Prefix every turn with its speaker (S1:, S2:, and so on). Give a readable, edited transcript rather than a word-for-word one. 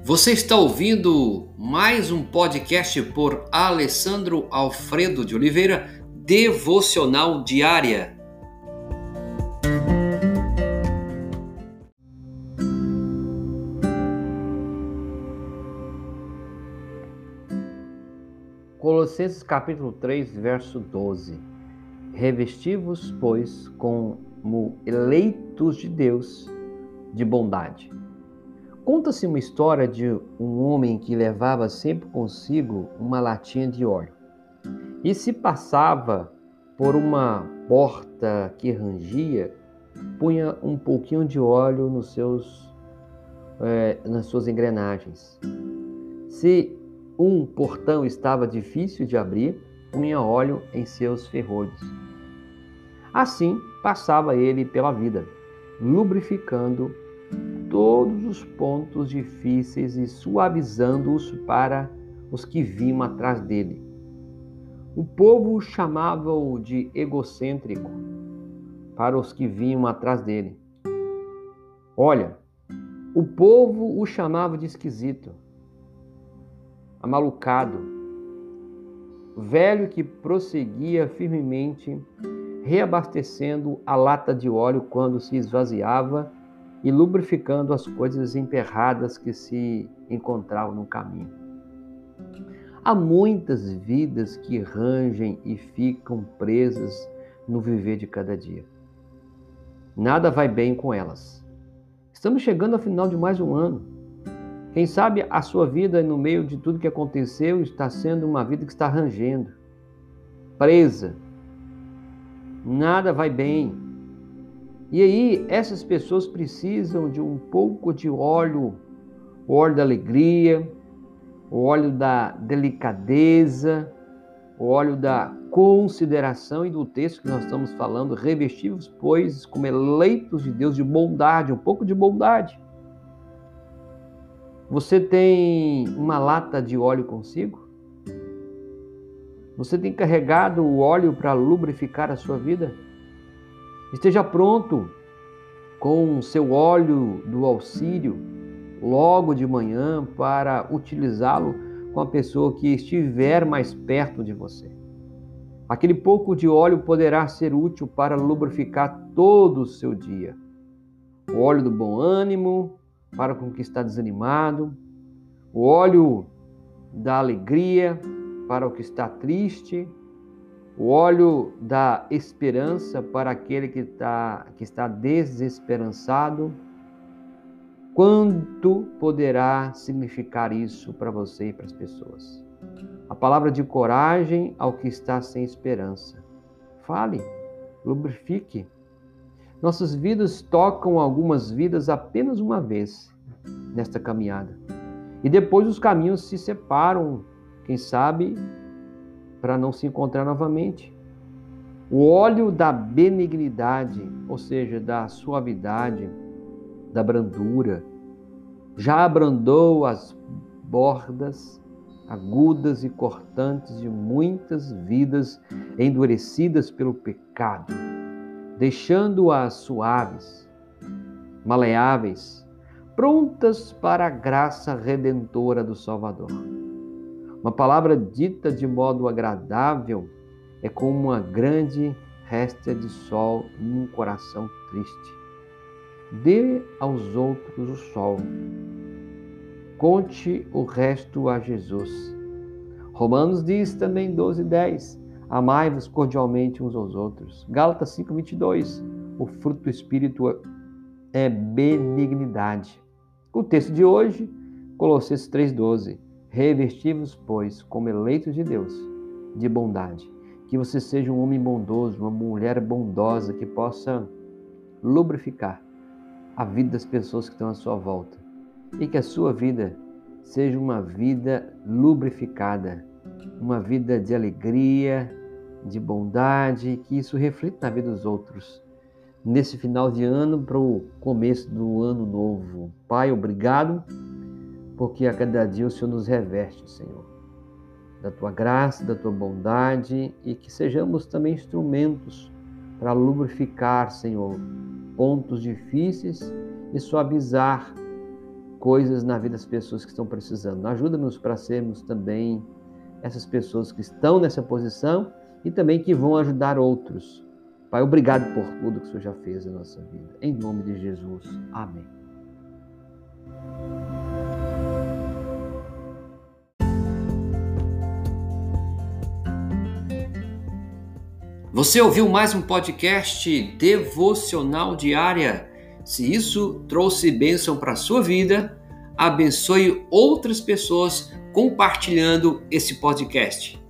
S1: Você está ouvindo mais um podcast por Alessandro Alfredo de Oliveira, Devocional Diária. Colossenses capítulo 3, verso 12. Revesti-vos, pois, como eleitos de Deus, de bondade. Conta-se uma história de um homem que levava sempre consigo uma latinha de óleo. E se passava por uma porta que rangia, punha um pouquinho de óleo nas suas engrenagens. Se um portão estava difícil de abrir, punha óleo em seus ferrolhos. Assim passava ele pela vida, lubrificando todos os pontos difíceis e suavizando-os para os que vinham atrás dele. O povo chamava-o de egocêntrico para os que vinham atrás dele. Olha, o povo o chamava de esquisito, amalucado, velho que prosseguia firmemente, reabastecendo a lata de óleo quando se esvaziava e lubrificando as coisas emperradas que se encontravam no caminho. Há muitas vidas que rangem e ficam presas no viver de cada dia. Nada vai bem com elas. Estamos chegando ao final de mais um ano. Quem sabe a sua vida, no meio de tudo que aconteceu, está sendo uma vida que está rangendo, presa. Nada vai bem. E aí, essas pessoas precisam de um pouco de óleo, o óleo da alegria, o óleo da delicadeza, o óleo da consideração, e do texto que nós estamos falando, revestivos, pois, como eleitos de Deus, de bondade, um pouco de bondade. Você tem uma lata de óleo consigo? Você tem carregado o óleo para lubrificar a sua vida? Esteja pronto com o seu óleo do auxílio logo de manhã para utilizá-lo com a pessoa que estiver mais perto de você. Aquele pouco de óleo poderá ser útil para lubrificar todo o seu dia. O óleo do bom ânimo para com que está desanimado, o óleo da alegria para o que está triste, o óleo da esperança para aquele que está desesperançado. Quanto poderá significar isso para você e para as pessoas? A palavra de coragem ao que está sem esperança. Fale, lubrifique. Nossas vidas tocam algumas vidas apenas uma vez nesta caminhada. E depois os caminhos se separam, quem sabe, para não se encontrar novamente. O óleo da benignidade, ou seja, da suavidade, da brandura, já abrandou as bordas agudas e cortantes de muitas vidas endurecidas pelo pecado, deixando-as suaves, maleáveis, prontas para a graça redentora do Salvador. Uma palavra dita de modo agradável é como uma grande réstia de sol num coração triste. Dê aos outros o sol. Conte o resto a Jesus. Romanos diz também 12:10. Amai-vos cordialmente uns aos outros. Gálatas 5:22. O fruto do Espírito é benignidade. O texto de hoje, Colossenses 3:12. Revesti-vos, pois, como eleitos de Deus, de bondade. Que você seja um homem bondoso, uma mulher bondosa que possa lubrificar a vida das pessoas que estão à sua volta. E que a sua vida seja uma vida lubrificada, uma vida de alegria, de bondade, que isso reflita na vida dos outros. Nesse final de ano para o começo do ano novo. Pai, obrigado, porque a cada dia o Senhor nos reveste, Senhor, da Tua graça, da Tua bondade, e que sejamos também instrumentos para lubrificar, Senhor, pontos difíceis e suavizar coisas na vida das pessoas que estão precisando. Ajuda-nos para sermos também essas pessoas que estão nessa posição e também que vão ajudar outros. Pai, obrigado por tudo que o Senhor já fez na nossa vida. Em nome de Jesus. Amém. Você ouviu mais um podcast devocional diária? Se isso trouxe bênção para a sua vida, abençoe outras pessoas compartilhando esse podcast.